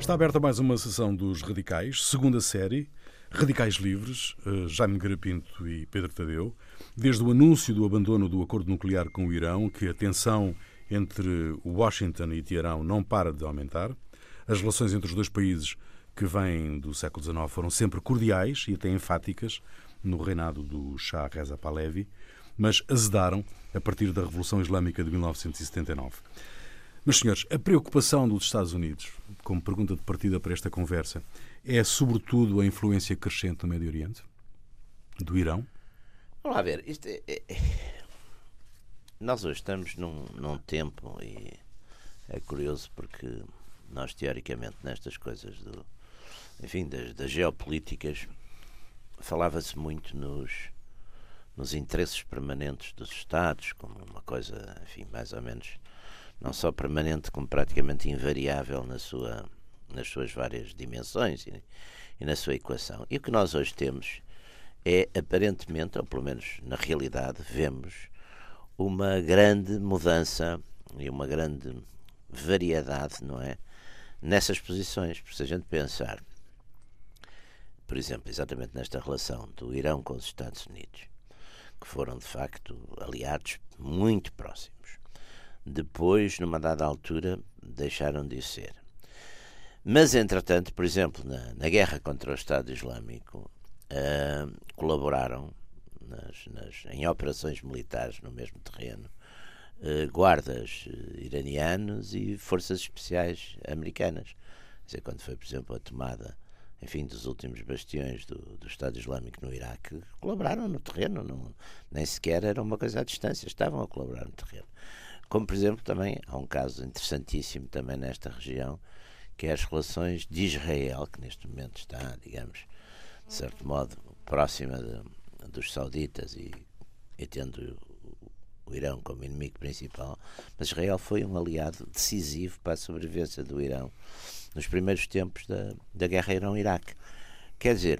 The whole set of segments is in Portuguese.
Está aberta mais uma sessão dos Radicais, segunda série, Radicais Livres, Jaime Nogueira Pinto e Pedro Tadeu. Desde o anúncio do abandono do acordo nuclear com o Irão, que a tensão entre Washington e Teherão não para de aumentar. As relações entre os dois países que vêm do século XIX foram sempre cordiais e até enfáticas no reinado do Shah Reza Pahlavi, mas azedaram a partir da Revolução Islâmica de 1979. Mas, senhores, a preocupação dos Estados Unidos, como pergunta de partida para esta conversa, é sobretudo a influência crescente no Médio Oriente? Do Irão? Vamos lá ver, nós hoje estamos num tempo, e é curioso porque nós teoricamente nestas coisas das geopolíticas falava-se muito nos interesses permanentes dos Estados, como uma coisa, enfim, mais ou menos não só permanente como praticamente invariável nas suas várias dimensões e na sua equação. E o que nós hoje temos é, aparentemente, ou pelo menos na realidade, vemos uma grande mudança e uma grande variedade, não é, nessas posições. Porque se a gente pensar, por exemplo, exatamente nesta relação do Irão com os Estados Unidos, que foram, de facto, aliados muito próximos, depois, numa dada altura, deixaram de ser. Mas, entretanto, por exemplo, na guerra contra o Estado Islâmico, colaboraram em operações militares no mesmo terreno guardas iranianos e forças especiais americanas. Quer dizer, quando foi, por exemplo, a tomada, enfim, dos últimos bastiões do Estado Islâmico no Iraque, colaboraram no terreno, nem sequer era uma coisa à distância, estavam a colaborar no terreno. Como, por exemplo, também há um caso interessantíssimo também nesta região, que é as relações de Israel, que neste momento está, digamos, de certo modo, próxima dos sauditas e tendo o Irão como inimigo principal, mas Israel foi um aliado decisivo para a sobrevivência do Irão nos primeiros tempos da guerra Irão-Iraque. Quer dizer,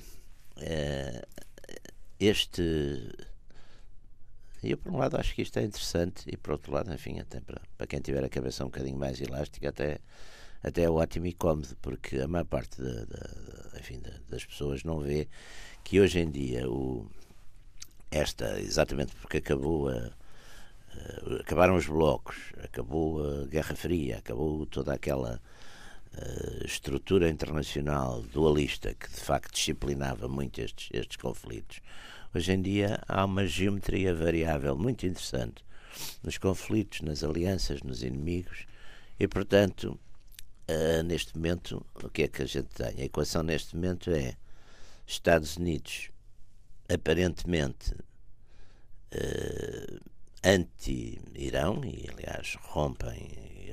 eu, por um lado, acho que isto é interessante e, por outro lado, enfim, até para quem tiver a cabeça um bocadinho mais elástica, até é ótimo e cómodo, porque a maior parte das pessoas não vê que hoje em dia, exatamente porque acabaram os blocos, acabou a Guerra Fria, acabou toda aquela estrutura internacional dualista que, de facto, disciplinava muito estes conflitos. Hoje em dia há uma geometria variável muito interessante nos conflitos, nas alianças, nos inimigos e, portanto, neste momento, o que é que a gente tem? A equação neste momento é Estados Unidos aparentemente anti-Irão e, aliás, rompem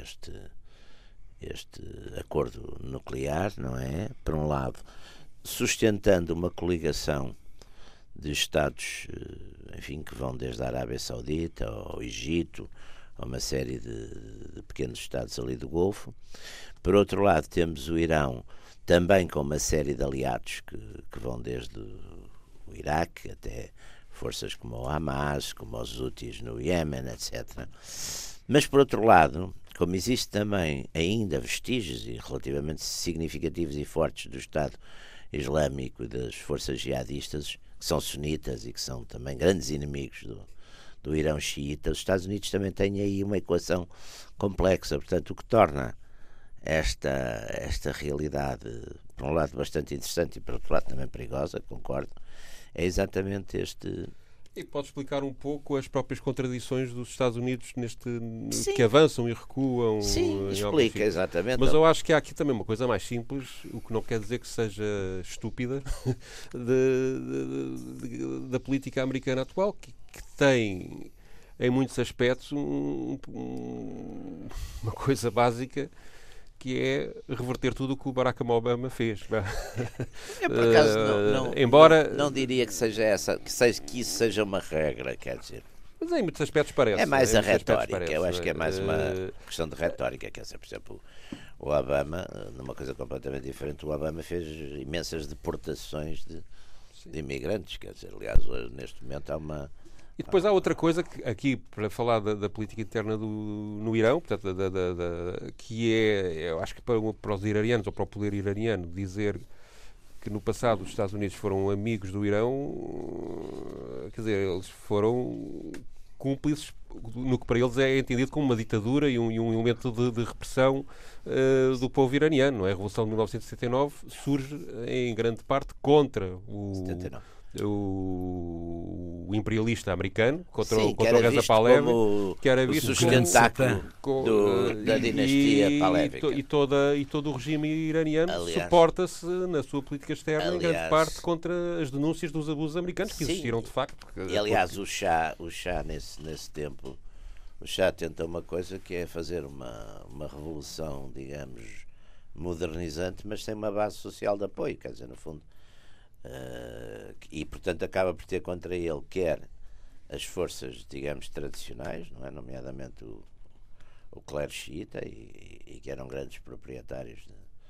este acordo nuclear, não é? Por um lado, sustentando uma coligação de Estados, enfim, que vão desde a Arábia Saudita ao Egito, a uma série de pequenos Estados ali do Golfo. Por outro lado, temos o Irão também com uma série de aliados que vão desde o Iraque até forças como o Hamas, como os Houthis no Iémen, etc. Mas, por outro lado, como existe também ainda vestígios e relativamente significativos e fortes do Estado Islâmico e das forças jihadistas, que são sunitas e que são também grandes inimigos do Irão xiita, os Estados Unidos também têm aí uma equação complexa. Portanto, o que torna esta realidade, por um lado, bastante interessante e, por outro lado, também perigosa, concordo, é exatamente este... E pode explicar um pouco as próprias contradições dos Estados Unidos Sim. que avançam e recuam. Sim, explica, exatamente. Mas eu acho que há aqui também uma coisa mais simples, o que não quer dizer que seja estúpida, da política americana atual, que tem, em muitos aspectos, uma coisa básica, que é reverter tudo o que o Barack Obama fez. Eu, por acaso, não diria que que isso seja uma regra, quer dizer. Mas em muitos aspectos parece. É mais a retórica, eu acho que é mais uma questão de retórica, quer dizer, por exemplo, o Obama, numa coisa completamente diferente, o Obama fez imensas deportações de imigrantes, quer dizer, aliás, hoje, neste momento há uma E depois há outra coisa, que, aqui para falar da política interna no Irão, portanto, que eu acho que para os iranianos, ou para o poder iraniano, dizer que no passado os Estados Unidos foram amigos do Irão, quer dizer, eles foram cúmplices no que para eles é entendido como uma ditadura e um elemento de repressão do povo iraniano. Não é? A Revolução de 1979 surge em grande parte contra o imperialista americano, contra o Reza Pahlavi, que era visto como da dinastia palévica. E todo o regime iraniano suporta-se na sua política externa, em grande parte, contra as denúncias dos abusos americanos, que existiram de facto. E aliás, o Shah nesse tempo, o Shah tenta uma coisa que é fazer uma revolução, digamos, modernizante, mas sem uma base social de apoio, quer dizer, no fundo. E portanto acaba por ter contra ele quer as forças, digamos, tradicionais, não é? Nomeadamente o clero xiita e que eram grandes proprietários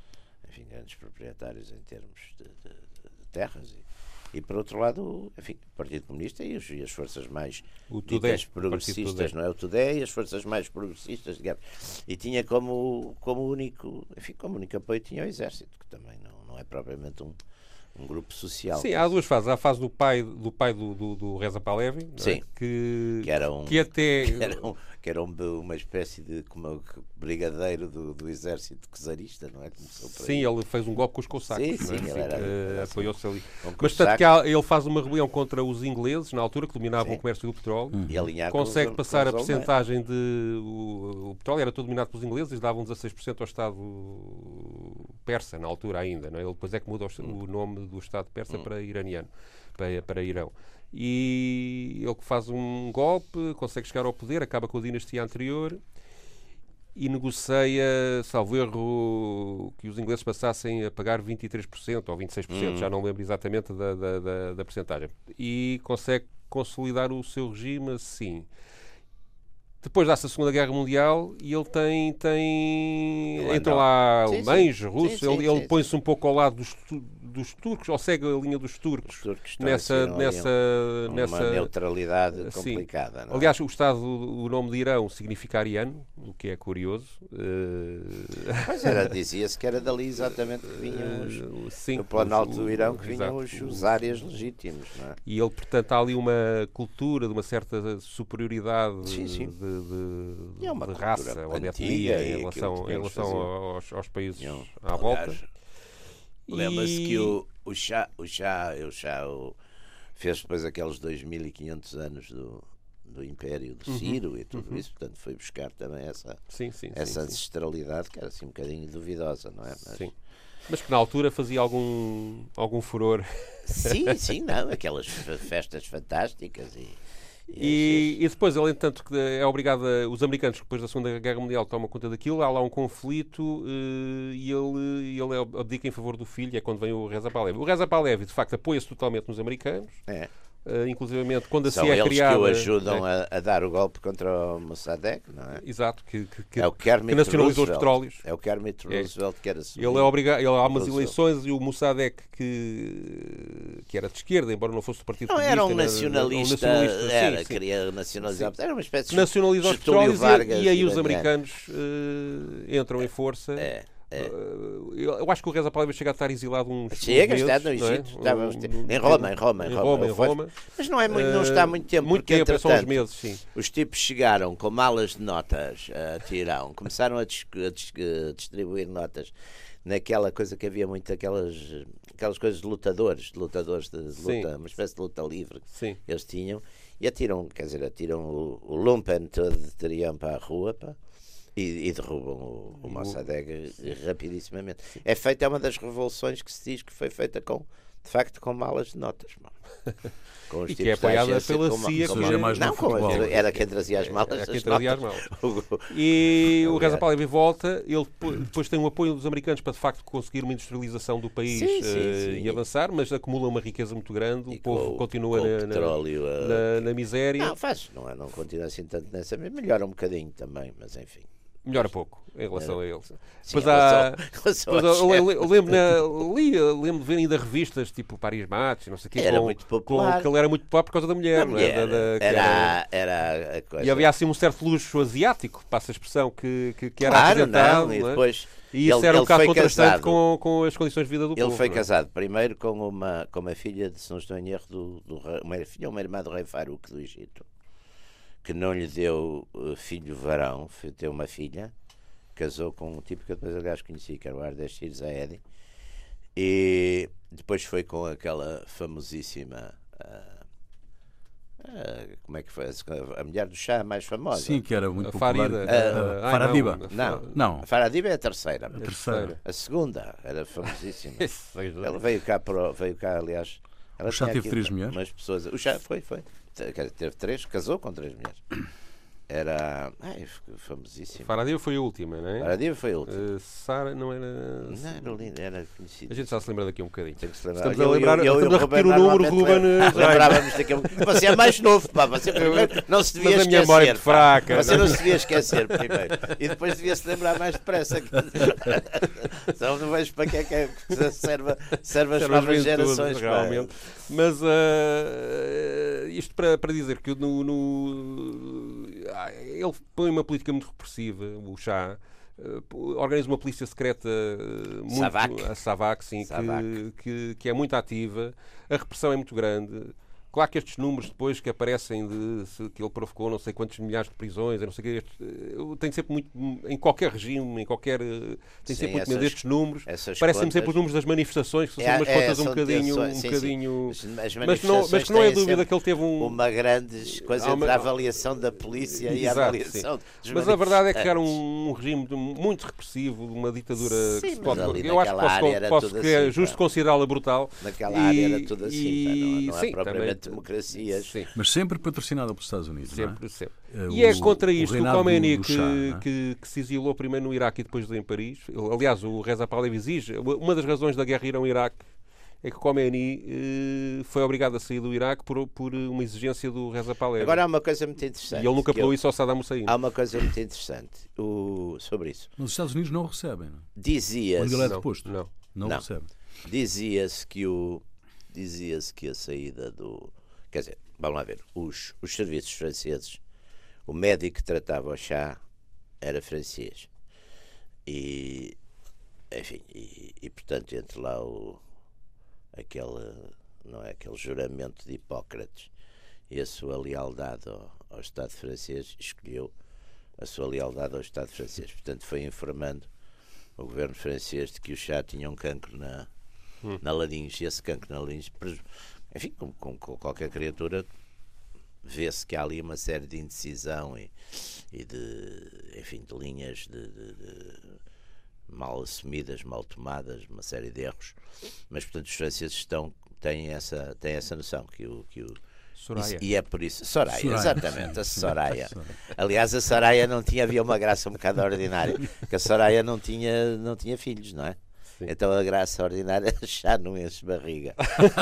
em termos de terras e por outro lado, enfim, o Partido Comunista e as forças mais ditas progressistas, não é? O Tudeh e as forças mais progressistas, digamos. E tinha como único apoio tinha o exército, que também não é propriamente um grupo social. Sim, há duas fases. Há a fase do pai do Reza Pahlavi, sim, que era uma espécie de brigadeiro do exército czarista, não é? Sim, ele fez um golpe com os cossacos. Sim, apoiou-se ali. Mas portanto, ele faz uma rebelião contra os ingleses, na altura, que dominavam o comércio do petróleo. Consegue passar a percentagem o petróleo era todo dominado pelos ingleses, davam 16% ao Estado persa, na altura ainda. Não é? Ele depois é que muda o nome do Estado persa para iraniano, para Irão. E ele faz um golpe, consegue chegar ao poder, acaba com a dinastia anterior e negocia, salvo erro, que os ingleses passassem a pagar 23% ou 26%, já não lembro exatamente da percentagem. E consegue consolidar o seu regime assim. Depois dá-se a Segunda Guerra Mundial e ele entram lá alemães, russos, ele põe-se um pouco ao lado dos turcos, ou segue a linha dos turcos nessa neutralidade complicada. Não é? Aliás, o nome de Irão significa ariano, o que é curioso. Pois dizia-se que era dali exatamente que vinham no planalto do Irão, que vinham os áreas legítimos. Não é? E ele, portanto, há ali uma cultura de uma certa superioridade de raça ou de etnia em relação aos países à volta. Lembra-se que o Shah fez depois aqueles 2500 anos do Império de Ciro e tudo isso, portanto foi buscar também essa ancestralidade que era assim um bocadinho duvidosa, não é? Mas que na altura fazia algum furor. Sim, aquelas festas fantásticas e depois ele, entanto, é obrigado os americanos, depois da Segunda Guerra Mundial, tomam conta daquilo, há lá um conflito e ele abdica em favor do filho, é quando vem o Reza Pahlavi. O Reza Pahlavi, de facto, apoia-se totalmente nos americanos. Inclusivamente quando a CIA é criada... São eles que o ajudam a dar o golpe contra o Mossadegh, não é? Exato, que nacionalizou os petróleos. É o Kermit Roosevelt que era assumir. Há umas eleições e o Mossadegh, que era de esquerda, embora não fosse do Partido Comunista... Não, era um nacionalista, queria nacionalizar, era uma espécie de... Nacionalizou os petróleos e aí os americanos entram em força... Eu acho que o Reza Pahlavi chega a estar exilado uns meses. Está no Egito, em Roma. Mas não está muito tempo. Muito tempo, são uns meses, sim. Os tipos chegaram com malas de notas a Tirão, começaram a distribuir notas naquela coisa que havia muito, aquelas coisas de lutadores de luta, uma espécie de luta livre que eles tinham, e atiram o lumpen todo de Tirão para a rua, e derrubam o Mossadegh rapidissimamente. É uma das revoluções que se diz que foi feita de facto com malas de notas. Com os e que é apoiada pela CIA. Era quem trazia as malas. E o Reza Pahlavi volta, ele depois tem o apoio dos americanos para de facto conseguir uma industrialização do país e avançar, mas acumula uma riqueza muito grande, o povo continua na miséria. Não continua assim tanto nessa, melhora um bocadinho também, mas enfim. Melhora pouco em relação a eles. Depois eu lembro de ver ainda revistas tipo Paris Match, não sei o quê, era muito popular. Que ele era muito popular por causa da mulher. Era a coisa. E havia assim um certo luxo asiático, passa a expressão, que era apresentado. Não, e depois... E isso era um bocado contrastante com as condições de vida do povo. Ele foi casado primeiro com uma filha, se não estou em erro, uma filha ou uma irmã do rei Farouk do Egito, que não lhe deu filho varão, deu uma filha, casou com um tipo que eu depois aliás conheci, que era o Ardeshir Zaedi, e depois foi com aquela famosíssima... como é que foi? A mulher do Shah mais famosa. Sim, que era muito popular. Faradiba. Não. Faradiba é a terceira. A terceira. A segunda era famosíssima. Ela veio cá, aliás. Ela o Shah teve 3 mulheres? Umas pessoas, o Shah foi. Teve 3, casou com 3 mulheres. Era famosíssimo. Faradiba foi a última, não é? Faradiba foi a última. Sara não era... Não, era conhecida. A gente já se lembra daqui um bocadinho. Estamos a lembrar, estamos a repetir o número, Ruben. Lembrávamos daqui a um... Você é mais novo, pá. Você primeiro não se devia esquecer. Mas a minha memória é fraca. Você não se devia esquecer primeiro. E depois devia-se lembrar mais depressa. Só não vejo para que é que serve as novas gerações. Realmente. Mas isto para dizer que ele põe uma política muito repressiva, o Shah, organiza uma polícia secreta a Savak, sim, que é muito ativa, a repressão é muito grande. Claro que estes números depois que aparecem que ele provocou não sei quantos milhares de prisões, não sei o que, tem sempre muito, em qualquer regime, tem sempre muito medo destes números. Parecem-me sempre os números das manifestações, que são umas contas um bocadinho. Mas que não é dúvida que ele teve uma grande coisa entre a avaliação da polícia e a avaliação dos Mas a verdade é que era um regime muito repressivo, uma ditadura que se pode... Eu acho que posso é justo considerá-la brutal. Naquela área era tudo assim, não é propriamente democracias. Sim. Mas sempre patrocinada pelos Estados Unidos. Sempre, sempre. E é contra isto o Khomeini que se exilou primeiro no Iraque e depois em Paris. Aliás, o Reza Pahlavi exige. Uma das razões da guerra Irão-Iraque é que Khomeini foi obrigado a sair do Iraque por uma exigência do Reza Pahlavi. Agora há uma coisa muito interessante. E ele nunca falou isso ao Saddam Hussein. Há uma coisa muito interessante sobre isso. Os Estados Unidos não recebem. Não? Dizia-se... Quando ele é deposto. Não recebe. Dizia-se que a saída do... Quer dizer, vamos lá ver, os serviços franceses, o médico que tratava o Shah era francês. E, enfim, e portanto, entre lá aquele juramento de Hipócrates e a sua lealdade ao Estado francês, escolheu a sua lealdade ao Estado francês. Portanto, foi informando o governo francês de que o Shah tinha um cancro na laringe, e esse cancro na laringe, enfim, com qualquer criatura, vê-se que há ali uma série de indecisão e de linhas de mal assumidas, mal tomadas, uma série de erros, mas portanto os franceses têm essa noção que o Soraya. E é por isso. Soraya, exatamente, a Soraya. Aliás, a Soraya havia uma graça um bocado ordinária, que a Soraya não tinha filhos, não é? Sim. Então a graça ordinária já não enche barriga.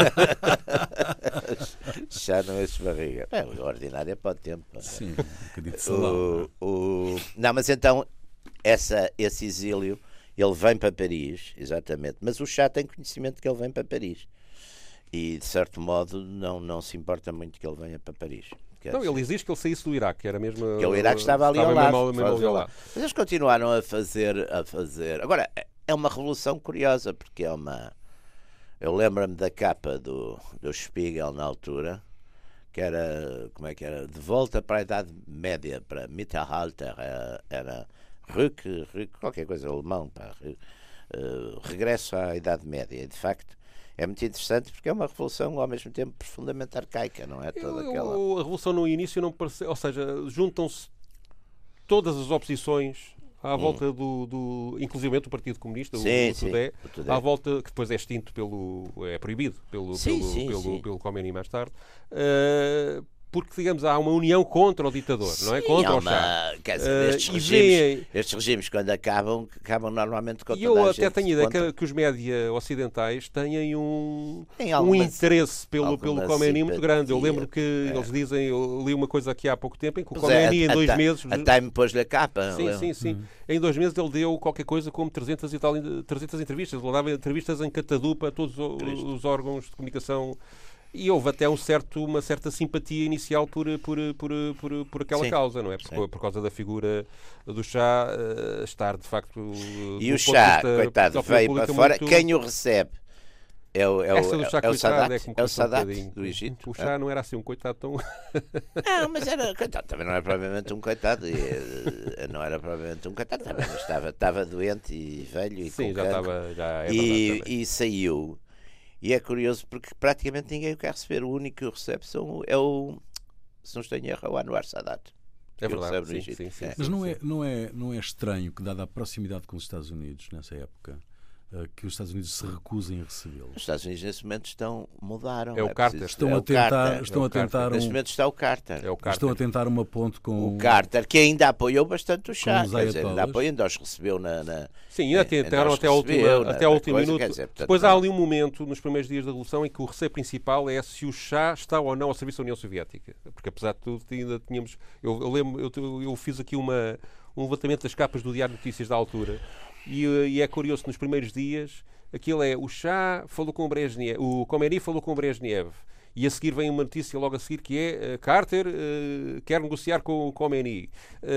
Já não enche barriga. O ordinário é para o tempo. Sim, um bocadinho de salão. Não, mas então esse exílio, ele vem para Paris, exatamente, mas o Shah tem conhecimento de que ele vem para Paris. E de certo modo não se importa muito que ele venha para Paris. Não, ele exige que ele saísse do Iraque, que era mesmo. Que o Iraque estava ali ao lado. Mas eles continuaram a fazer. Agora, é uma revolução curiosa, porque é uma. Eu lembro-me da capa do Spiegel na altura, que era. Como é que era? De volta para a Idade Média, para Mittelalter, era Rück, qualquer coisa alemão, regresso à Idade Média. E de facto. É muito interessante porque é uma revolução ao mesmo tempo profundamente arcaica, não é? A revolução no início não parece, ou seja, juntam-se todas as oposições à volta inclusivamente do Partido Comunista, o Tudeh, à volta, que depois é extinto é proibido pelo Khomeini mais tarde, porque, digamos, há uma união contra o ditador, não é? Contra o Shah. Quer dizer, estes regimes, quando acabam normalmente contra o Shah. E eu até tenho a ideia que os média ocidentais têm um interesse pelo Khomeini muito grande. Eu lembro que eles dizem, eu li uma coisa aqui há pouco tempo, em que o Khomeini em 2 meses... A Time pôs-lhe a capa. Sim. Em 2 meses ele deu qualquer coisa como 300 entrevistas. Ele dava entrevistas em catadupa a todos os órgãos de comunicação. E houve até uma certa simpatia inicial por aquela causa, não é? Por causa da figura do Shah estar, de facto... E o Shah, coitado, veio para fora. Muito... Quem o recebe é o Sadat do Egito. O Shah não era assim um coitado tão... Não, mas era coitado. Também não era provavelmente um coitado. Não era provavelmente um coitado. Também estava doente e velho e sim, com cancro. E saiu. E é curioso porque praticamente ninguém o quer receber. O único que o recebe se não estou em erro, é o Anwar Sadat. É verdade, sim. Mas não é estranho que, dada a proximidade com os Estados Unidos, nessa época, que os Estados Unidos se recusem a recebê-lo? Os Estados Unidos nesse momento mudaram. É o Carter. Estão a tentar nesse momento está o Carter. Estão a tentar uma ponte com o Carter, que ainda apoiou bastante o Shah. Ainda os recebeu Sim, ainda tentaram até ao último minuto. Depois há ali um momento, nos primeiros dias da Revolução, em que o receio principal é se o Shah está ou não ao serviço da União Soviética. Porque, apesar de tudo, ainda tínhamos... Eu fiz aqui um levantamento das capas do Diário de Notícias da altura. E é curioso que nos primeiros dias aquilo é o Shah falou com o Brezhnev, o Khomeini falou com o Brezhnev, e a seguir vem uma notícia logo a seguir que é Carter quer negociar com o Khomeini.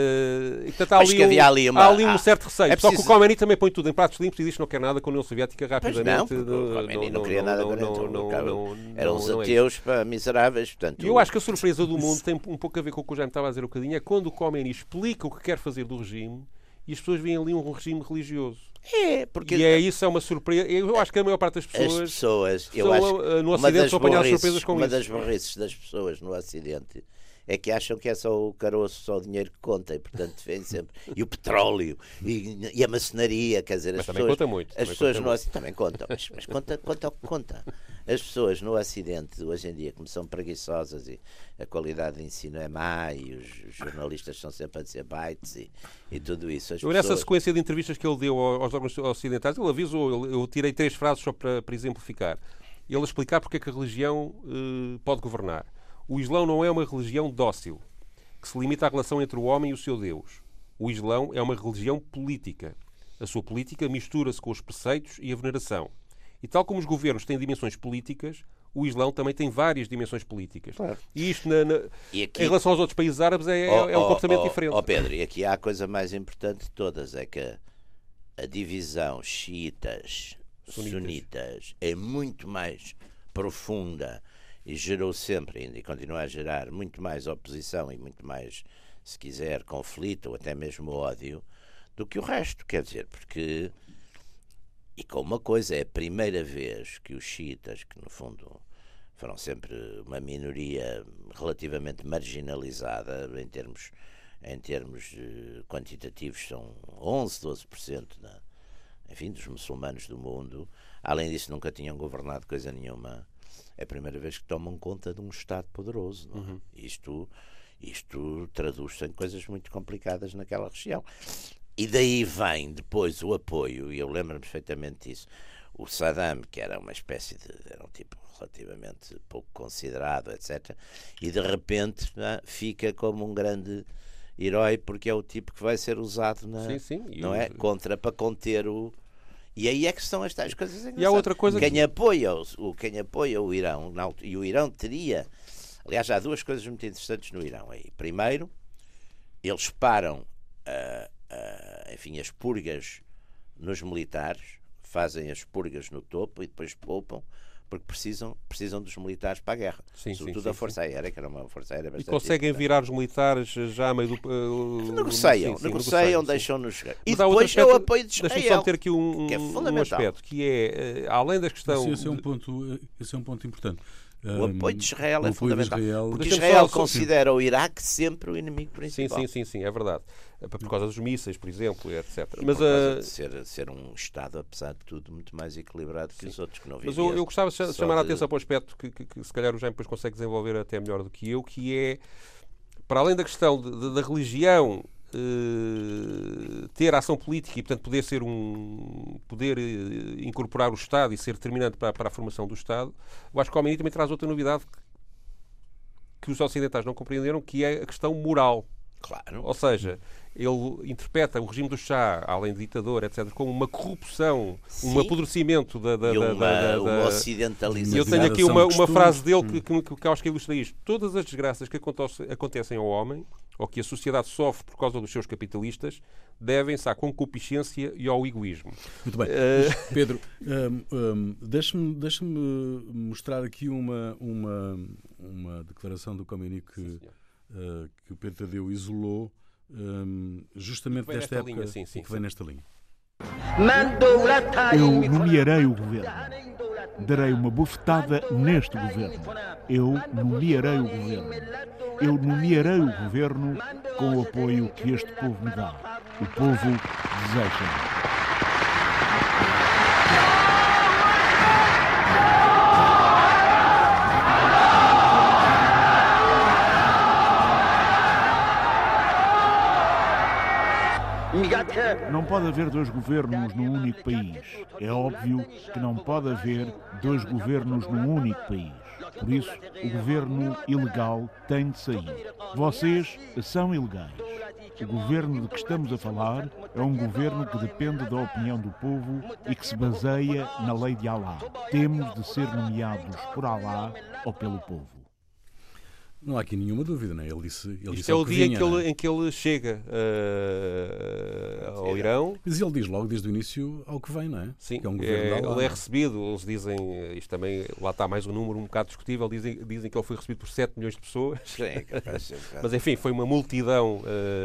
E, portanto, há ali um certo receio. Só que o Khomeini também põe tudo em pratos limpos e diz que não quer nada com a União Soviética rapidamente. O Khomeini não queria nada com a eram os ateus miseráveis. Portanto, eu acho que a surpresa do mundo tem um pouco a ver com o que o Jaime estava a dizer um bocadinho, é quando o Khomeini explica o que quer fazer do regime e as pessoas veem ali um regime religioso. Isso é uma surpresa. Eu acho que a maior parte das pessoas no Ocidente são apanhadas surpresas com isso. Uma das barrices das pessoas no Ocidente é que acham que é só o caroço, só o dinheiro que conta, e portanto vem sempre. E o petróleo, e a maçonaria, quer dizer, mas também conta muito. As pessoas no Ocidente também contam, mas conta o que conta. As pessoas no Ocidente, hoje em dia, como são preguiçosas e a qualidade de ensino é má e os jornalistas estão sempre a dizer bytes e tudo isso. Nessa sequência de entrevistas que ele deu aos órgãos ocidentais, ele avisou, eu tirei 3 frases só para exemplificar. Ele explicar porque é que a religião pode governar. O Islão não é uma religião dócil, que se limita à relação entre o homem e o seu Deus. O Islão é uma religião política. A sua política mistura-se com os preceitos e a veneração. E tal como os governos têm dimensões políticas, o Islão também tem várias dimensões políticas. Claro. E isto, aqui, em relação aos outros países árabes, é um comportamento diferente. Pedro, e aqui há a coisa mais importante de todas, é que a divisão xiitas, sunitas é muito mais profunda e gerou sempre ainda e continua a gerar muito mais oposição e muito mais, se quiser, conflito ou até mesmo ódio do que o resto. Quer dizer, porque... E com uma coisa, é a primeira vez que os xiitas, que no fundo foram sempre uma minoria relativamente marginalizada em termos quantitativos, são 11, 12% dos muçulmanos do mundo. Além disso, nunca tinham governado coisa nenhuma. É a primeira vez que tomam conta de um Estado poderoso. Não é? Uhum. Isto traduz-se em coisas muito complicadas naquela região. E daí vem depois o apoio, e eu lembro-me perfeitamente disso. O Saddam, que era uma espécie era um tipo relativamente pouco considerado, etc. E de repente fica como um grande herói, porque é o tipo que vai ser usado para conter o... E aí é que são as tais coisas engraçadas. E há outra coisa quem apoia o Irão, e o Irão teria... Aliás, há 2 coisas muito interessantes no Irão aí. Primeiro, eles param as purgas nos militares, fazem as purgas no topo e depois poupam, porque precisam dos militares para a guerra. Sobretudo a Força Aérea, que era uma Força Aérea bastante... E conseguem virar os militares já a meio do... Negociam, deixam-nos chegar. E depois é o apoio de Israel. Deixa-me só ter aqui um aspecto, que é, além das questões... Esse é um ponto importante. O apoio de Israel é fundamental. Porque Israel considera o Iraque sempre o inimigo principal. Sim, é verdade. Por causa dos mísseis, por exemplo, etc. Mas por causa de ser um Estado, apesar de tudo, muito mais equilibrado que os outros que não viviam. Mas eu gostava de chamar a atenção para o aspecto que se calhar o Jaime depois consegue desenvolver até melhor do que eu, que é, para além da questão da religião ter ação política e, portanto, poder incorporar o Estado e ser determinante para a formação do Estado, o acho que o Khomeini também traz outra novidade que os ocidentais não compreenderam, que é a questão moral. Claro. Ou seja, ele interpreta o regime do Chá, além de ditador, etc., como uma corrupção, um apodrecimento uma ocidentalização. Eu tenho aqui uma frase dele que acho que ilustra isto. Todas as desgraças que acontecem ao homem, ou que a sociedade sofre por causa dos seus capitalistas, devem-se à concupiscência e ao egoísmo. Muito bem. Pedro, deixa-me mostrar aqui uma declaração do Khomeini que o Pedro Tadeu isolou justamente desta época, que vem nesta linha. Eu nomearei o governo. Darei uma bufetada neste governo. Eu nomearei o governo. Eu nomearei o governo com o apoio que este povo me dá. O povo deseja. Não pode haver dois governos num único país. É óbvio que não pode haver dois governos num único país. Por isso, o governo ilegal tem de sair. Vocês são ilegais. O governo de que estamos a falar é um governo que depende da opinião do povo e que se baseia na lei de Alá. Temos de ser nomeados por Alá ou pelo povo. Não há aqui nenhuma dúvida, não é? Ele disse é o dia em que ele chega ao Irão. Mas ele diz logo desde o início ao que vem, não é? Sim, que é um governo ele é recebido, eles dizem, isto também, lá está mais um número um bocado discutível, dizem que ele foi recebido por 7 milhões de pessoas. Sim, mas enfim, foi uma multidão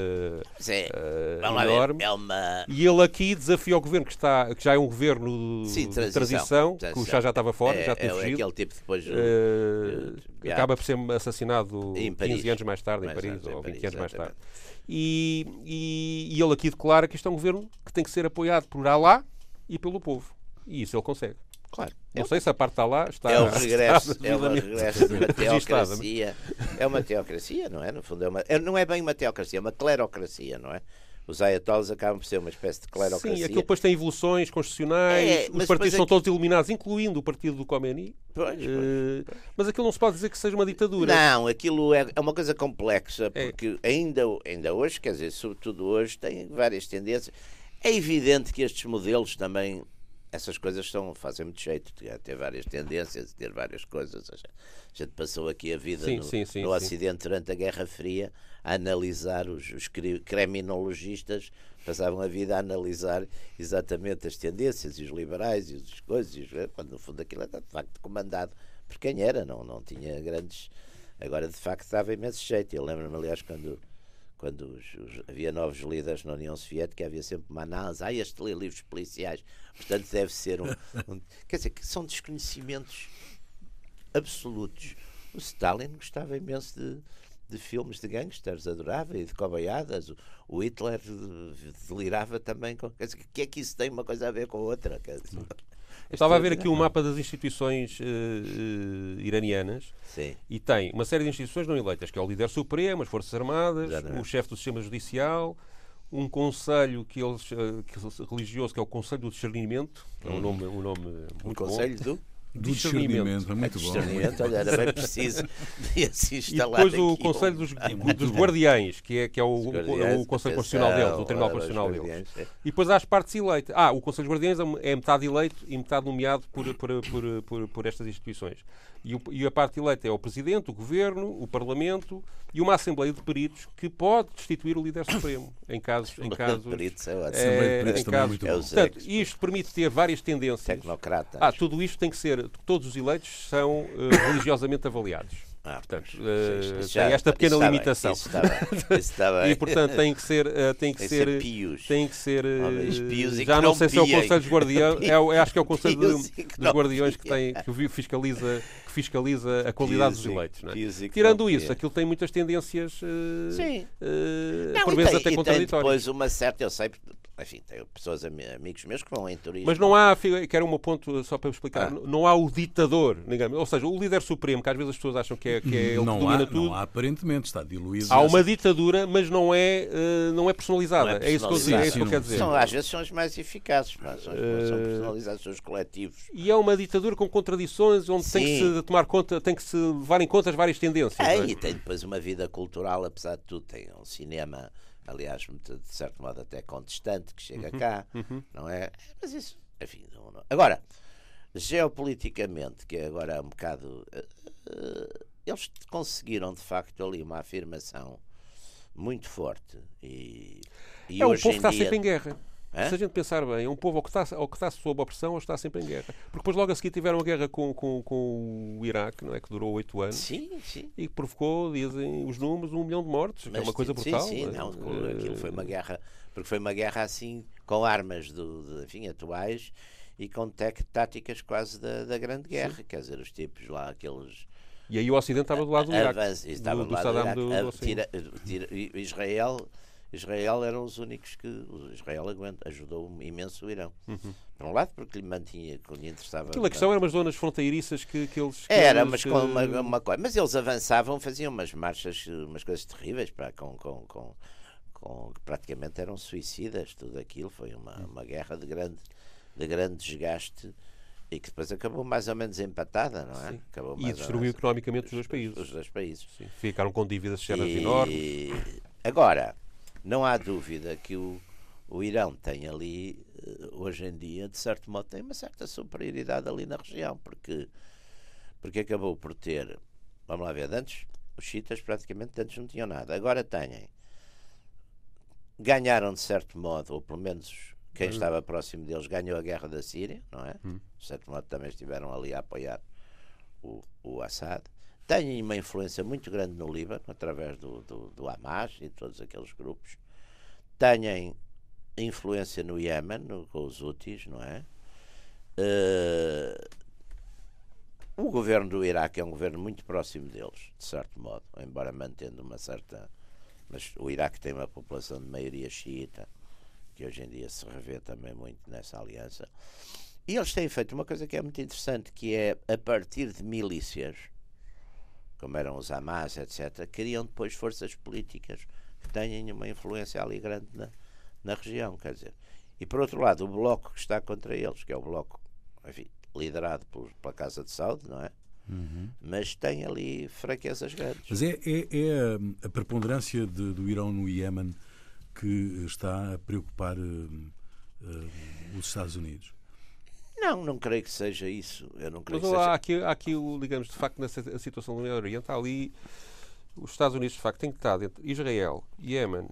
enorme. E ele aqui desafia o governo, que já é um governo de transição, que o Chá já estava fora, já tinha fugido. Aquele tipo depois... acaba por ser assassinado 15 anos mais tarde, em Paris, ou 20 anos mais tarde. E ele aqui declara que isto é um governo que tem que ser apoiado por Alá e pelo povo. E isso ele consegue. Claro. Não sei se a parte de Alá está... É o regresso de uma teocracia. É uma teocracia, não é? No fundo, não é bem uma teocracia, é uma clerocracia, não é? Os ayatollahs acabam por ser uma espécie de clerocracia. Sim, aquilo depois tem evoluções constitucionais, os partidos são todos eliminados, incluindo o partido do Khomeini. Pois. Mas aquilo não se pode dizer que seja uma ditadura. Não, aquilo é uma coisa complexa, porque ainda hoje, quer dizer, sobretudo hoje, tem várias tendências. É evidente que estes modelos também, essas coisas fazem muito jeito, ter várias tendências, ter várias coisas. A gente passou aqui a vida no Ocidente durante a Guerra Fria a analisar, os criminologistas passavam a vida a analisar exatamente as tendências e os liberais e as coisas, quando no fundo aquilo era de facto comandado por quem era, não tinha grandes... Agora de facto dava imenso jeito. Eu lembro-me, aliás, quando havia novos líderes na União Soviética, havia sempre uma análise, este lê livros policiais, portanto deve ser quer dizer, que são desconhecimentos absolutos. O Stalin gostava imenso de filmes de gangsters, adorava, e de cobaiadas. O Hitler delirava também. Quer dizer, o que é que isso tem uma coisa a ver com a outra? Quer dizer, estava a ver aqui um mapa das instituições iranianas. Sim. E tem uma série de instituições não eleitas, que é o líder supremo, as Forças Armadas, o chefe do sistema judicial, um conselho religioso, que é o Conselho do Discernimento, que é um nome muito bom. Conselho do discernimento, é muito bom. Olha, era bem preciso de se instalar. E depois o Conselho dos Guardiães, que é o Conselho Constitucional deles, o Tribunal Constitucional deles. E depois há as partes eleitas. O Conselho dos Guardiães é metade eleito e metade nomeado por estas instituições. E a parte eleita é o Presidente, o Governo, o Parlamento e uma Assembleia de Peritos que pode destituir o líder supremo em casos... Portanto, isto permite ter várias tendências. Tecnocratas. Tudo isto tem que ser... Todos os eleitos são religiosamente avaliados. Portanto, tem esta pequena limitação. Isso está bem. E, portanto, tem que ser pios. Já não sei se é o Conselho dos Guardiões. Acho que é o Conselho dos Guardiões que fiscaliza a qualidade dos eleitos. Não é? Tirando isso, aquilo tem muitas tendências, por vezes até contraditórias. Depois uma certa, eu sei, enfim, tenho pessoas, amigos meus que vão em turismo. Mas não há, quero um ponto só para explicar, não há o ditador, digamos, ou seja, o líder supremo, que às vezes as pessoas acham que é ele que domina tudo. Não há, aparentemente, está diluído. Há uma ditadura, mas não é personalizada. É isso que eu digo, é isso que eu quero dizer. Às vezes são as mais eficazes, são personalizados, são os coletivos. E é uma ditadura com contradições, onde tem que se tomar conta, tem que se levar em conta as várias tendências. E tem depois uma vida cultural, apesar de tudo, tem um cinema, aliás, de certo modo até contestante, que chega cá, não é? Mas isso, enfim, não. Agora, geopoliticamente, que agora é um bocado... eles conseguiram, de facto, ali uma afirmação muito forte. E o povo está sempre em guerra. Se a gente pensar bem, é um povo ou que está sob opressão ou está sempre em guerra. Porque depois logo a seguir tiveram a guerra com o Iraque, não é? Que durou 8 anos. Sim. E que provocou, dizem os números, 1 milhão de mortos. Que é uma coisa brutal. Sim, aquilo foi uma guerra, porque foi uma guerra assim, com armas atuais e com técnicas quase da Grande Guerra. Quer dizer, os tipos lá, aqueles... E aí o Ocidente estava do lado do Iraque. Estava do lado do Iraque. Israel eram os únicos que... Israel ajudou imenso o Irão. Por um lado, porque lhe mantinha, quando lhe interessava... Aquela questão eram umas zonas fronteiriças que eles... mas com uma coisa. Mas eles avançavam, faziam umas marchas, umas coisas terríveis, praticamente eram suicidas, tudo aquilo. Foi uma guerra de grande desgaste e que depois acabou mais ou menos empatada, não é? E destruiu economicamente os dois países. Sim. Ficaram com dívidas externas enormes. Agora... Não há dúvida que o Irão tem ali, hoje em dia, de certo modo, tem uma certa superioridade ali na região, porque acabou por ter, vamos lá ver, antes os xiitas praticamente antes não tinham nada, agora ganharam de certo modo, ou pelo menos quem estava próximo deles ganhou a guerra da Síria, não é? De certo modo também estiveram ali a apoiar o Assad. Têm uma influência muito grande no Líbano, através do Hamas e de todos aqueles grupos. Têm influência no Iémen, com os Houthis, não é? O governo do Iraque é um governo muito próximo deles, de certo modo, embora mantendo uma certa... Mas o Iraque tem uma população de maioria xiita, que hoje em dia se revê também muito nessa aliança. E eles têm feito uma coisa que é muito interessante, que é, a partir de milícias, como eram os Hamas, etc., criam depois forças políticas que têm uma influência ali grande na região, quer dizer. E, por outro lado, o bloco que está contra eles, que é o bloco, enfim, liderado pela Casa de Saud, não é? Mas tem ali fraquezas grandes. Mas é a preponderância do Irão no Iémen que está a preocupar os Estados Unidos? Não creio que seja isso. Eu não creio Mas que seja... há aqui, digamos, de facto, nessa situação do Médio Oriente, há ali os Estados Unidos, de facto, têm que estar dentro Israel, Iémen,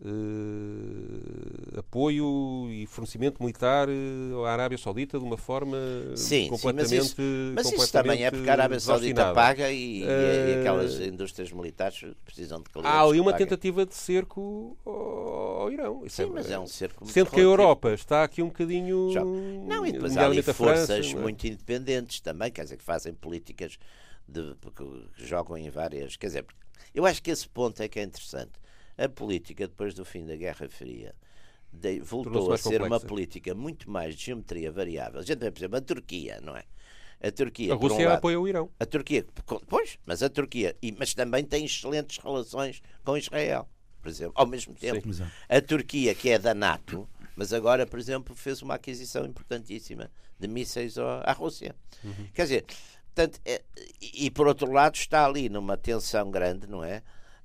apoio e fornecimento militar à Arábia Saudita de uma forma completamente... Mas isso também é porque a Arábia Saudita paga e aquelas indústrias militares precisam de clientes. Há ali uma tentativa de cerco ao Irão. Mas é um cerco muito sendo que a Europa está aqui um bocadinho... E depois há ali forças muito independentes também, quer dizer, que fazem políticas que jogam em várias... Quer dizer, eu acho que esse ponto é que é interessante. A política, depois do fim da Guerra Fria, voltou a ser uma política muito mais de geometria variável. A gente vê, por exemplo, a Turquia, não é? A Rússia apoia o Irão. A Turquia, mas a Turquia, mas também tem excelentes relações com Israel, por exemplo, ao mesmo tempo. Sim. A Turquia, que é da NATO, mas agora, por exemplo, fez uma aquisição importantíssima de mísseis à Rússia. Quer dizer, portanto, e por outro lado está ali numa tensão grande, não é?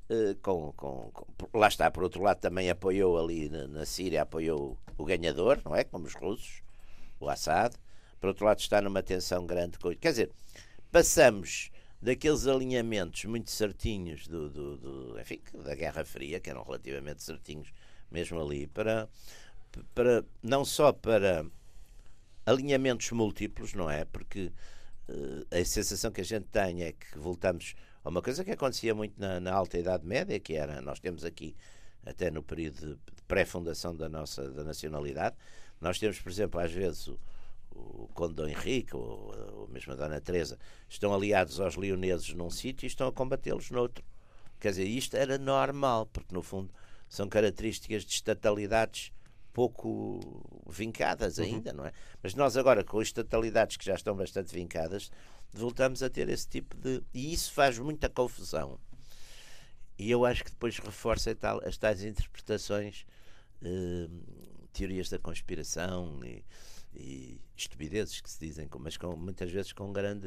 Lá está, por outro lado também apoiou ali na Síria, apoiou o ganhador, não é? Como os russos, o Assad. Por outro lado está numa tensão grande, quer dizer, passamos daqueles alinhamentos muito certinhos enfim, da Guerra Fria, que eram relativamente certinhos mesmo ali, para não só para alinhamentos múltiplos, não é? Porque a sensação que a gente tem é que voltamos uma coisa que acontecia muito na Alta Idade Média, que era, nós temos aqui, até no período de pré-fundação da nacionalidade, nós temos, por exemplo, às vezes o Conde Dom Henrique ou mesmo a Dona Teresa estão aliados aos leoneses num sítio e estão a combatê-los noutro. Quer dizer, isto era normal, porque no fundo são características de estatalidades pouco vincadas ainda, não é? Mas nós agora, com estatalidades que já estão bastante vincadas, voltamos a ter esse tipo de... E isso faz muita confusão. E eu acho que depois reforça as tais interpretações, teorias da conspiração e estupidezes que se dizem, mas muitas vezes com grande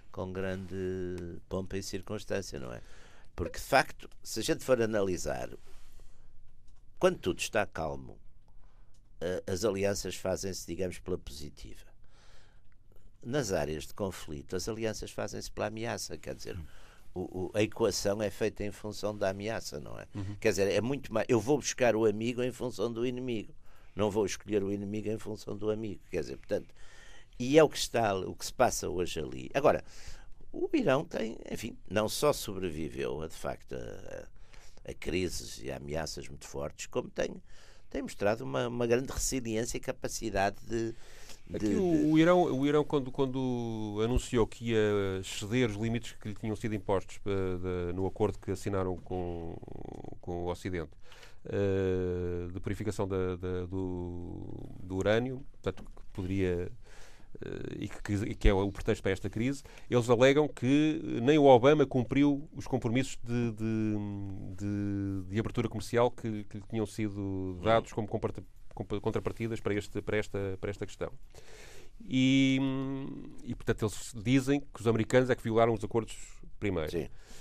pompa e circunstância, não é? Porque, de facto, se a gente for analisar, quando tudo está calmo, as alianças fazem-se, digamos, pela positiva. Nas áreas de conflito, as alianças fazem-se pela ameaça, quer dizer, a equação é feita em função da ameaça, não é? Quer dizer, é muito mais... Eu vou buscar o amigo em função do inimigo, não vou escolher o inimigo em função do amigo, quer dizer, portanto, e é o que se passa hoje ali. Agora, o Irão tem, enfim, não só sobreviveu de facto a crises e a ameaças muito fortes, como tem mostrado uma grande resiliência e capacidade de... O Irão quando anunciou que ia ceder os limites que lhe tinham sido impostos no acordo que assinaram com o Ocidente, de purificação do urânio, portanto, que poderia... E que é o pretexto para esta crise, eles alegam que nem o Obama cumpriu os compromissos de abertura comercial que lhe tinham sido dados como contrapartidas para esta questão. E, portanto, eles dizem que os americanos é que violaram os acordos primeiro.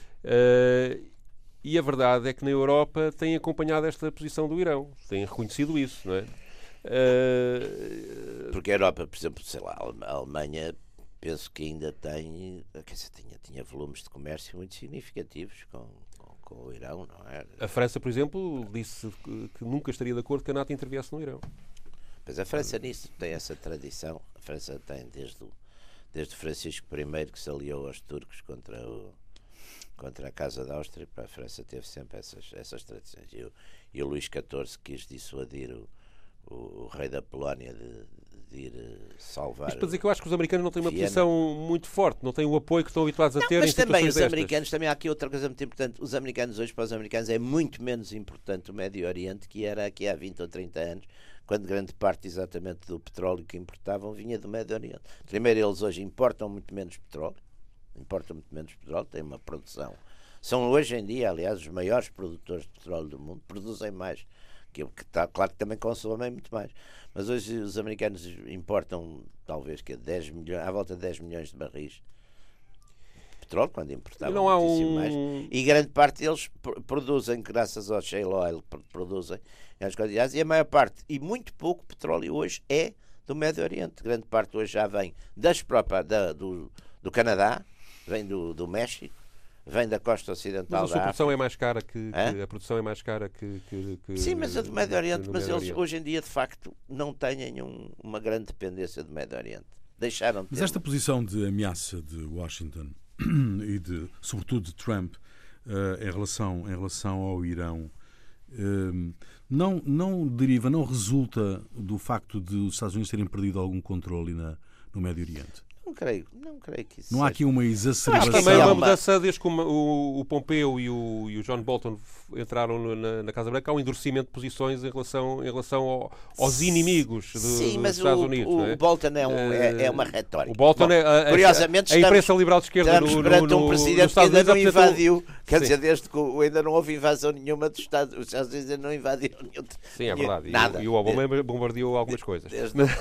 E a verdade é que na Europa têm acompanhado esta posição do Irão, têm reconhecido isso, não é? Porque a Europa, por exemplo, sei lá, a Alemanha, penso que ainda tem, quer dizer, tinha volumes de comércio muito significativos com o Irão, não é? A França, por exemplo, disse que nunca estaria de acordo que a NATO interviesse no Irão. Mas a França nisso tem essa tradição. A França tem desde Francisco I, que se aliou aos turcos contra a Casa da Áustria. Para a França teve sempre essas tradições. E o Luís XIV quis dissuadir o rei da Polónia de ir salvar. Isto para dizer que eu acho que os americanos não têm uma posição muito forte, não têm o apoio que estão habituados a ter. Mas também os americanos, também há aqui outra coisa muito importante. Os americanos hoje, para os americanos, é muito menos importante o Médio Oriente que era aqui há 20 ou 30 anos, quando grande parte exatamente do petróleo que importavam vinha do Médio Oriente. Primeiro, eles hoje importam muito menos petróleo, têm uma produção. São hoje em dia, aliás, os maiores produtores de petróleo do mundo, produzem mais. Que está claro que também consomem muito mais. Mas hoje os americanos importam talvez que 10 milhões, à volta de 10 milhões de barris de petróleo, quando importavam muitíssimo mais. E grande parte deles produzem, graças ao shale oil, produzem as quantidades, e a maior parte, e muito pouco petróleo hoje é do Médio Oriente. Grande parte hoje já vem do Canadá, vem do México, vem da costa ocidental. Mas a produção é mais cara que a produção é mais cara que sim, mas a do Médio Oriente, mas eles hoje em dia de facto não têm uma grande dependência do Médio Oriente. Deixaram de ter. Mas esta posição de ameaça de Washington e sobretudo de Trump em relação ao Irão não deriva, não resulta do facto de os Estados Unidos terem perdido algum controle no Médio Oriente? Não creio que isso não há aqui uma exacerbação. Também uma mudança desde que o Pompeo e o John Bolton entraram na Casa Branca. Há um endurecimento de posições em relação aos inimigos dos Estados Unidos. O Bolton é uma retórica. O Bolton curiosamente, a imprensa liberal de esquerda estamos perante um presidente que ainda não invadiu. Quer dizer, desde que ainda não houve invasão nenhuma dos Estados Unidos. Os Estados Unidos ainda não invadiram nenhum. Sim, é verdade. Nada. E o Obama bombardeou algumas coisas.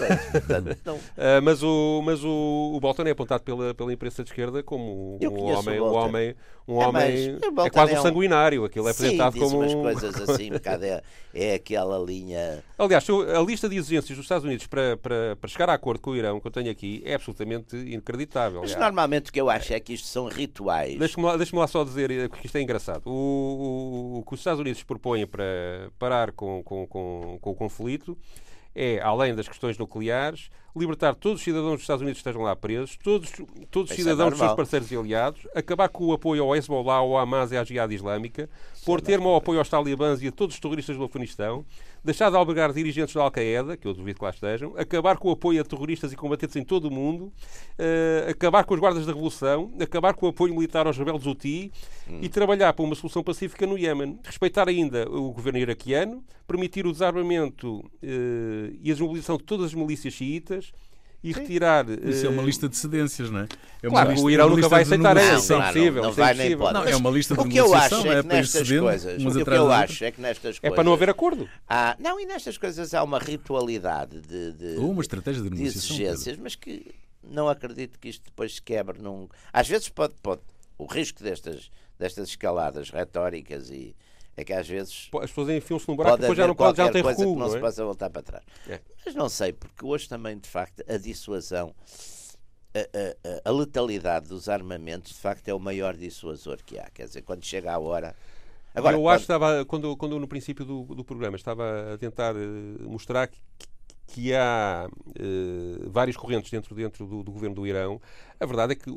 Mas o Bolton é apontado pela imprensa de esquerda como um homem é quase um sanguinário. Aquilo é apresentado como umas coisas assim, um bocado é aquela linha. Aliás, a lista de exigências dos Estados Unidos para chegar a acordo com o Irão que eu tenho aqui é absolutamente inacreditável. Mas normalmente o que eu acho é que isto são rituais. Deixa-me lá só dizer, porque isto é engraçado. O que os Estados Unidos propõem para parar com o conflito é, além das questões nucleares, libertar todos os cidadãos dos Estados Unidos que estejam lá presos, todos os cidadãos dos seus parceiros e aliados, acabar com o apoio ao Hezbollah, ao Hamas e à Jihad Islâmica, pôr termo ao apoio aos talibãs e a todos os terroristas do Afeganistão, deixar de albergar dirigentes da Al-Qaeda, que eu duvido que lá estejam, acabar com o apoio a terroristas e combatentes em todo o mundo, acabar com os guardas da Revolução, acabar com o apoio militar aos rebeldes Houthi e trabalhar para uma solução pacífica no Iémen. Respeitar ainda o governo iraquiano, permitir o desarmamento e a desmobilização de todas as milícias xiitas e retirar... Isso é uma lista de cedências, não é? Claro, o Irão nunca vai aceitar isso. É impossível. Não vai nem pode. Não, é uma lista de negociação. O que eu acho é que nestas coisas... É para não haver acordo. Não, e nestas coisas há uma ritualidade ou uma estratégia de negociação, exigências, mas que não acredito que isto depois se quebre num... Às vezes pode. O risco destas escaladas retóricas é que às vezes as pessoas enfiam-se no buraco e depois já não tem recuo, que não se possa voltar para trás. Mas não sei, porque hoje também, de facto, a dissuasão, a letalidade dos armamentos, de facto, é o maior dissuasor que há. Quer dizer, quando chega a hora... Agora, eu acho que estava, quando no princípio do programa estava a tentar mostrar que há várias correntes dentro do governo do Irão. A verdade é que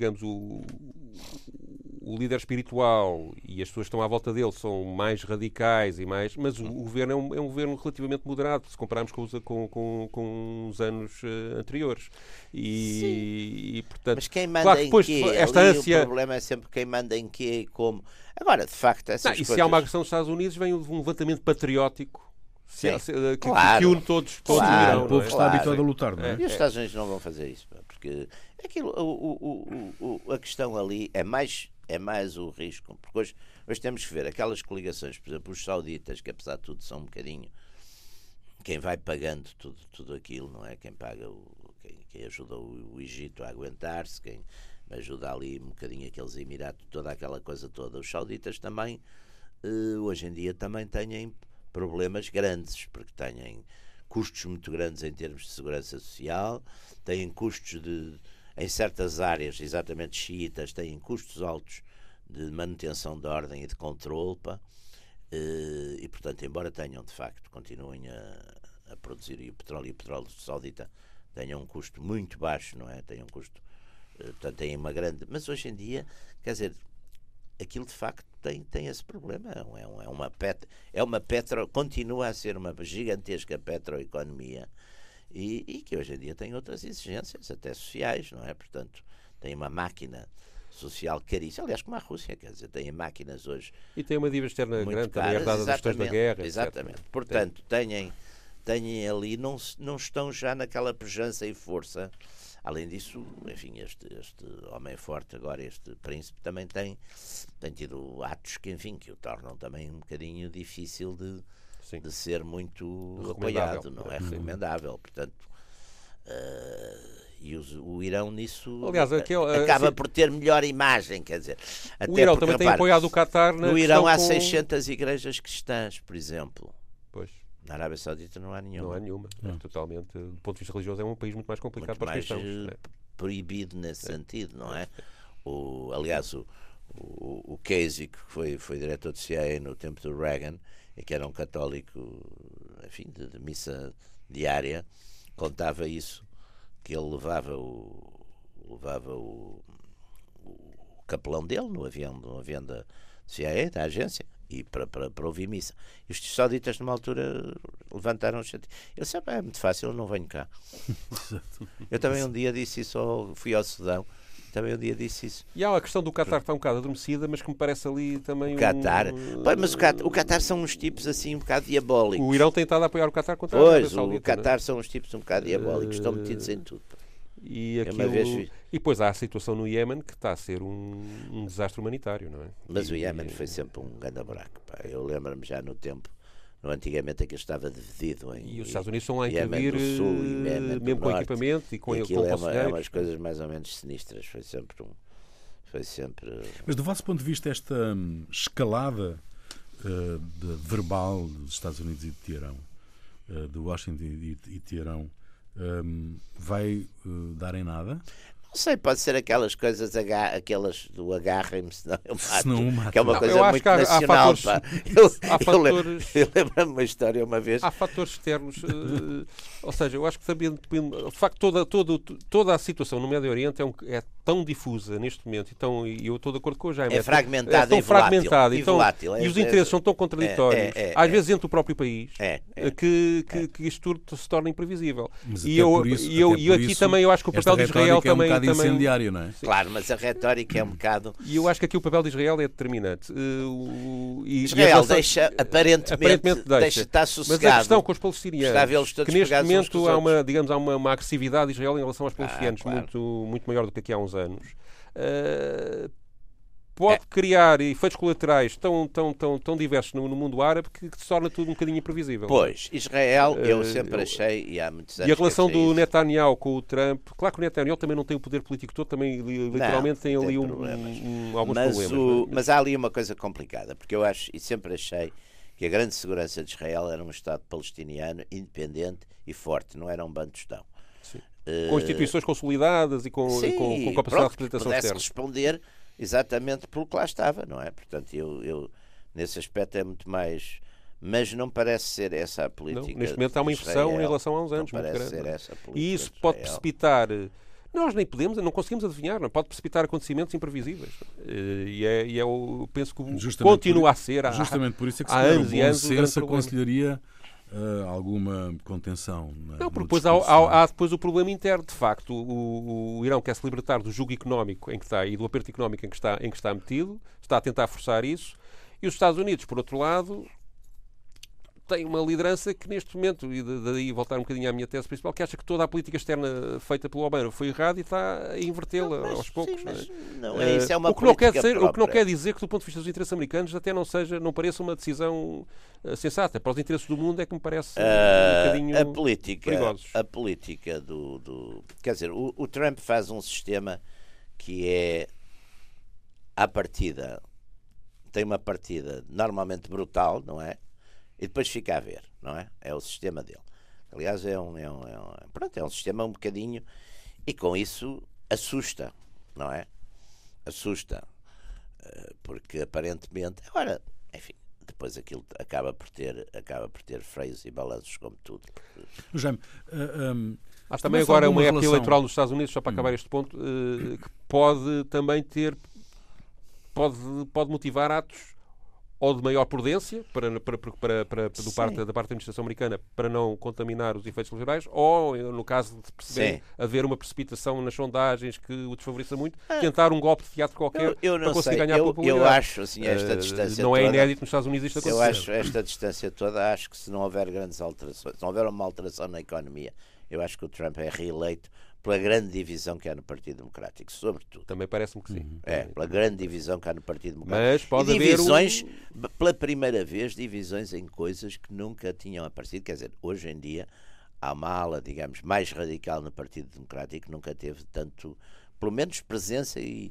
o líder espiritual e as pessoas que estão à volta dele são mais radicais mas o governo é um governo relativamente moderado se compararmos com os anos anteriores e portanto, mas quem manda claro, em depois, quê? Esta ânsia... O problema é sempre quem manda em quê e como. Agora, de facto, essas coisas... E se há uma agressão dos Estados Unidos, vem um levantamento patriótico que une todos o Irão. O povo está habituado a lutar, não é? E os Estados Unidos não vão fazer isso, porque a questão ali é mais o risco, porque hoje temos que ver aquelas coligações, por exemplo, os sauditas, que apesar de tudo são um bocadinho quem vai pagando tudo aquilo, não é? Quem paga, quem ajuda o Egito a aguentar-se, quem ajuda ali um bocadinho aqueles Emiratos, toda aquela coisa toda. Os sauditas também, hoje em dia, também têm problemas grandes, porque têm custos muito grandes em termos de segurança social, têm custos em certas áreas, exatamente xiitas, têm custos altos de manutenção de ordem e de controle, e portanto, embora tenham de facto, continuem a produzir e o petróleo saudita tenham um custo muito baixo, não é? Tem um custo, portanto, tem uma grande... Mas hoje em dia, quer dizer, aquilo de facto tem esse problema. Continua a ser uma gigantesca petroeconomia e que hoje em dia tem outras exigências, até sociais, não é? Portanto, tem uma máquina social caríssima, aliás, como a Rússia, quer dizer, tem máquinas hoje. E tem uma dívida externa grande, também herdada das questões da guerra. Exatamente. Etc. Portanto, têm ali, não estão já naquela pujança e força. Além disso, enfim, este homem forte agora, este príncipe, também tem tido atos que o tornam também um bocadinho difícil de ser muito apoiado, não é? Recomendável, portanto... E o Irão nisso, aliás, acaba por ter melhor imagem, quer dizer... O Irão também tem apoiado o Qatar no Irão há 600 igrejas cristãs, por exemplo. Pois. Na Arábia Saudita não há nenhuma. Não há nenhuma. É, totalmente, do ponto de vista religioso, é um país muito mais complicado para os cristãos. Proibido nesse sentido, não é? Aliás, o Casey, que foi diretor de CIA no tempo do Reagan, e que era um católico, enfim, de missa diária, contava isso, que ele levava o capelão dele no avião da CIA, da agência, e para ouvir missa. E os sauditas, numa altura, levantaram-se. Ele disse: é muito fácil, eu não venho cá. Eu também um dia disse isso, fui ao Sudão, também um dia disse isso. E há a questão do Qatar que está um bocado adormecida, mas que me parece ali também o Qatar. Mas o Qatar são uns tipos assim um bocado diabólicos. O Irão tem estado a apoiar o Qatar contra a Arábia Saudita. O Qatar são uns tipos um bocado diabólicos, estão metidos em tudo. E depois há a situação no Iémen, que está a ser um desastre humanitário, não é? Mas o Iémen foi sempre um grande buraco. Eu lembro-me já no tempo, antigamente aquilo estava dividido em... E os Estados Unidos estão lá a intervir, mesmo com equipamento e com conselheiros. É umas coisas mais ou menos sinistras. Foi sempre... Mas do vosso ponto de vista, esta escalada verbal dos Estados Unidos e de Teherão, de Washington e Teherão, vai dar em nada? Não sei, pode ser aquelas coisas, aquelas do agarrem-me, senão eu mato, que é uma não, coisa muito nacional. Eu lembro-me uma história uma vez. Há fatores externos, ou seja, eu acho que também depende, de facto, toda a situação no Médio Oriente é tão difusa neste momento, e eu estou de acordo com o Jaime. É fragmentada, tão fragmentada, e volátil. E os interesses são tão contraditórios, às vezes entre o próprio país, que isto tudo se torna imprevisível. E aqui também eu acho que o papel de Israel também incendiário, não é? Claro, mas a retórica é um bocado... E eu acho que aqui o papel de Israel é determinante. Israel aparentemente deixa, está sossegado. Mas a questão com os palestinianos, que neste momento há uma agressividade de Israel em relação aos palestinianos muito maior do que aqui há uns anos, pode criar efeitos colaterais tão diversos no mundo árabe que se torna tudo um bocadinho imprevisível. Pois, Israel, eu sempre achei, e há muitos anos. E a relação do Netanyahu com o Trump, claro que o Netanyahu também não tem o poder político todo, também literalmente tem ali alguns problemas. Mas há ali uma coisa complicada, porque eu acho, e sempre achei, que a grande segurança de Israel era um Estado palestiniano independente e forte, não era um bandostão. Com instituições consolidadas e com capacidade de representação externa. Responder exatamente pelo que lá estava, não é? Portanto, eu nesse aspecto é muito mais... Mas não parece ser essa a política. Não, neste momento há uma inversão em relação a uns anos muito grande. Ser essa a política e isso pode precipitar... Nós não conseguimos adivinhar, não pode precipitar acontecimentos imprevisíveis. Eu penso que continua a ser. Justamente por isso é que o bom senso aconselharia alguma contenção. Não, porque depois há depois o problema interno. De facto, o Irão quer se libertar do jugo económico em que está e do aperto económico em que está metido, está a tentar forçar isso, e os Estados Unidos, por outro lado, tem uma liderança que neste momento, e daí voltar um bocadinho à minha tese principal, que acha que toda a política externa feita pelo Obama foi errada e está a invertê-la aos poucos. Sim, isso é uma política própria. O que não quer dizer que, do ponto de vista dos interesses americanos, até não pareça uma decisão sensata. Para os interesses do mundo é que me parece um bocadinho perigosos. A política do... Quer dizer, o Trump faz um sistema que é, à partida, tem uma partida normalmente brutal, não é? E depois fica a ver, não é? É o sistema dele. Aliás, é um sistema um bocadinho... E com isso assusta, não é? Assusta. Porque aparentemente... Agora, enfim, depois aquilo acaba por ter freios e balanços como tudo. Jaime, há também agora uma época eleitoral nos Estados Unidos, só para acabar este ponto, que pode também ter... Pode motivar atos ou de maior prudência da parte da administração americana para não contaminar os efeitos eleitorais, ou, no caso de perceber haver uma precipitação nas sondagens que o desfavoreça muito, tentar um golpe de teatro qualquer para conseguir ganhar popularidade. Eu acho, assim, esta distância não é inédito nos Estados Unidos isto acontecer. Eu acho esta distância toda, acho que se não houver grandes alterações, se não houver uma alteração na economia, eu acho que o Trump é reeleito pela grande divisão que há no Partido Democrático, sobretudo. Também parece-me que sim. Pela grande divisão que há no Partido Democrático. Mas pode haver divisões, pela primeira vez, divisões em coisas que nunca tinham aparecido. Quer dizer, hoje em dia, há uma ala, digamos, mais radical no Partido Democrático que nunca teve tanto, pelo menos, presença e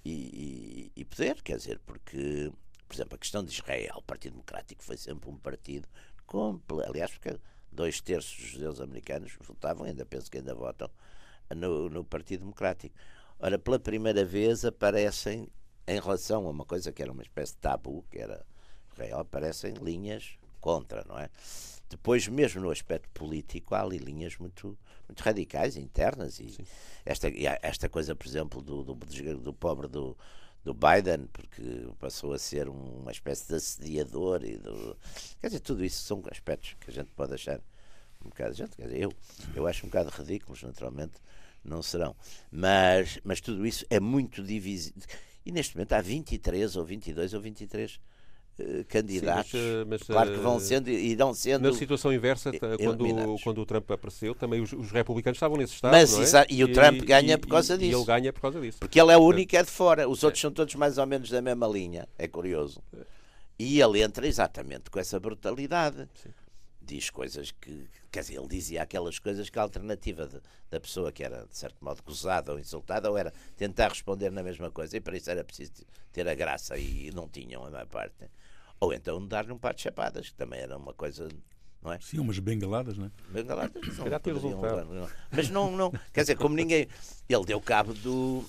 poder. Quer dizer, porque, por exemplo, a questão de Israel, o Partido Democrático foi sempre um partido aliás, porque 2/3 dos judeus americanos votavam, ainda penso que ainda votam, no Partido Democrático. Ora, pela primeira vez aparecem, em relação a uma coisa que era uma espécie de tabu, que era Israel, aparecem linhas contra, não é? Depois, mesmo no aspecto político, há ali linhas muito radicais, internas, e esta coisa, por exemplo, do pobre do Biden, porque passou a ser uma espécie de assediador, quer dizer, tudo isso são aspectos que a gente pode achar um bocado, quer dizer, eu acho um bocado ridículos, naturalmente, não serão, mas tudo isso é muito divisível, e neste momento há 22 ou 23 candidatos. Sim, mas, claro que vão sendo e irão sendo. Na situação inversa, quando o Trump apareceu, também os republicanos estavam nesse estado. Mas, não é? E o Trump ganha por causa disso. E ele ganha por causa disso. Porque ele é o único que é de fora. Os outros são todos mais ou menos da mesma linha. É curioso. E ele entra exatamente com essa brutalidade. Sim. Diz coisas que... Quer dizer, ele dizia aquelas coisas que a alternativa da pessoa que era, de certo modo, gozada ou insultada, ou era tentar responder na mesma coisa. E para isso era preciso ter a graça, e não tinham a maior parte. Ou então dar-lhe um par de chapadas, que também era uma coisa Não é? Sim, umas bengaladas, não é? Bengaladas não. Já tem resultado. Mas não. Quer dizer, como ninguém. Ele deu cabo do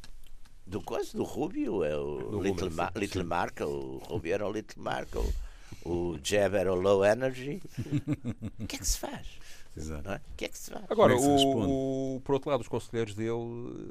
Rubio, é o Little Mark, o Rubio era o Little Mark, o Jeb era o Low Energy. O que é que se faz? Exato. Não é? O que é que se faz? Agora, por outro lado, os conselheiros dele,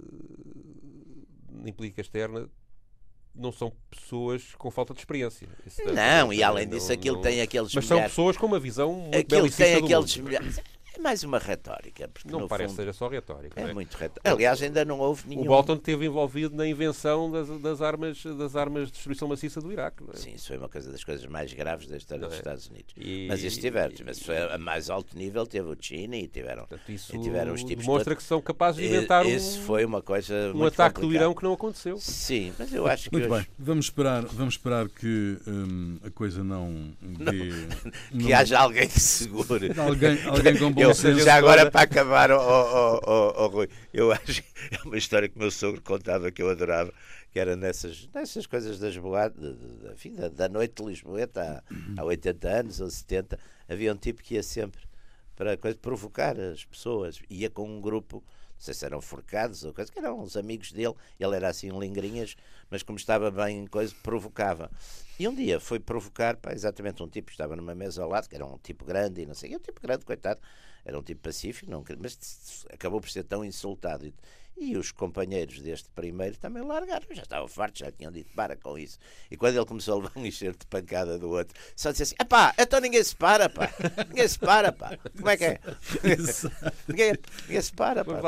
implica externa, não são pessoas com falta de experiência. Não, e além disso, aquilo tem aqueles Mas são pessoas com uma visão muito aquilo tem aqueles do milhares. É mais uma retórica. Não parece que seja só retórica. É muito retórica. Aliás, ainda não houve nenhum. O Bolton esteve envolvido na invenção das armas de destruição maciça do Iraque. Não é? Sim, isso foi uma das coisas mais graves da história dos Estados Unidos. Mas isso tiveram. Mas foi a mais alto nível, teve o Cheney e tiveram os tipos. Demonstra que são capazes de inventar isso foi uma coisa um ataque do Irão que não aconteceu. Sim, mas eu acho que. Muito bem. Vamos esperar que a coisa não dê. Que haja alguém que segure. Alguém com bom senso. Já agora para acabar, Rui, eu acho que é uma história que o meu sogro contava que eu adorava, que era nessas coisas das boadas, da noite de Lisboeta, há 80 anos ou 70, havia um tipo que ia sempre para provocar as pessoas, ia com um grupo, não sei se eram forcados ou coisa, que eram uns amigos dele, ele era assim um lingrinhas, mas como estava bem coisa, provocava. E um dia foi provocar, exatamente um tipo que estava numa mesa ao lado, que era um tipo grande e não sei, e um tipo grande, coitado, era um tipo pacífico, mas acabou por ser tão insultado. E os companheiros deste primeiro também largaram, já estavam fartos, já tinham dito para com isso. E quando ele começou a levar um enxerto de pancada do outro, só disse assim: então ninguém se para, pá. Ninguém se para, pá. Como é que é? ninguém se para, pá.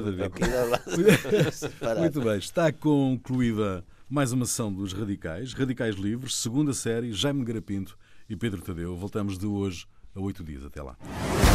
Muito bem, está concluída mais uma sessão dos Radicais Livres, segunda série, Jaime Nogueira Pinto e Pedro Tadeu. Voltamos de hoje a 8 dias. Até lá.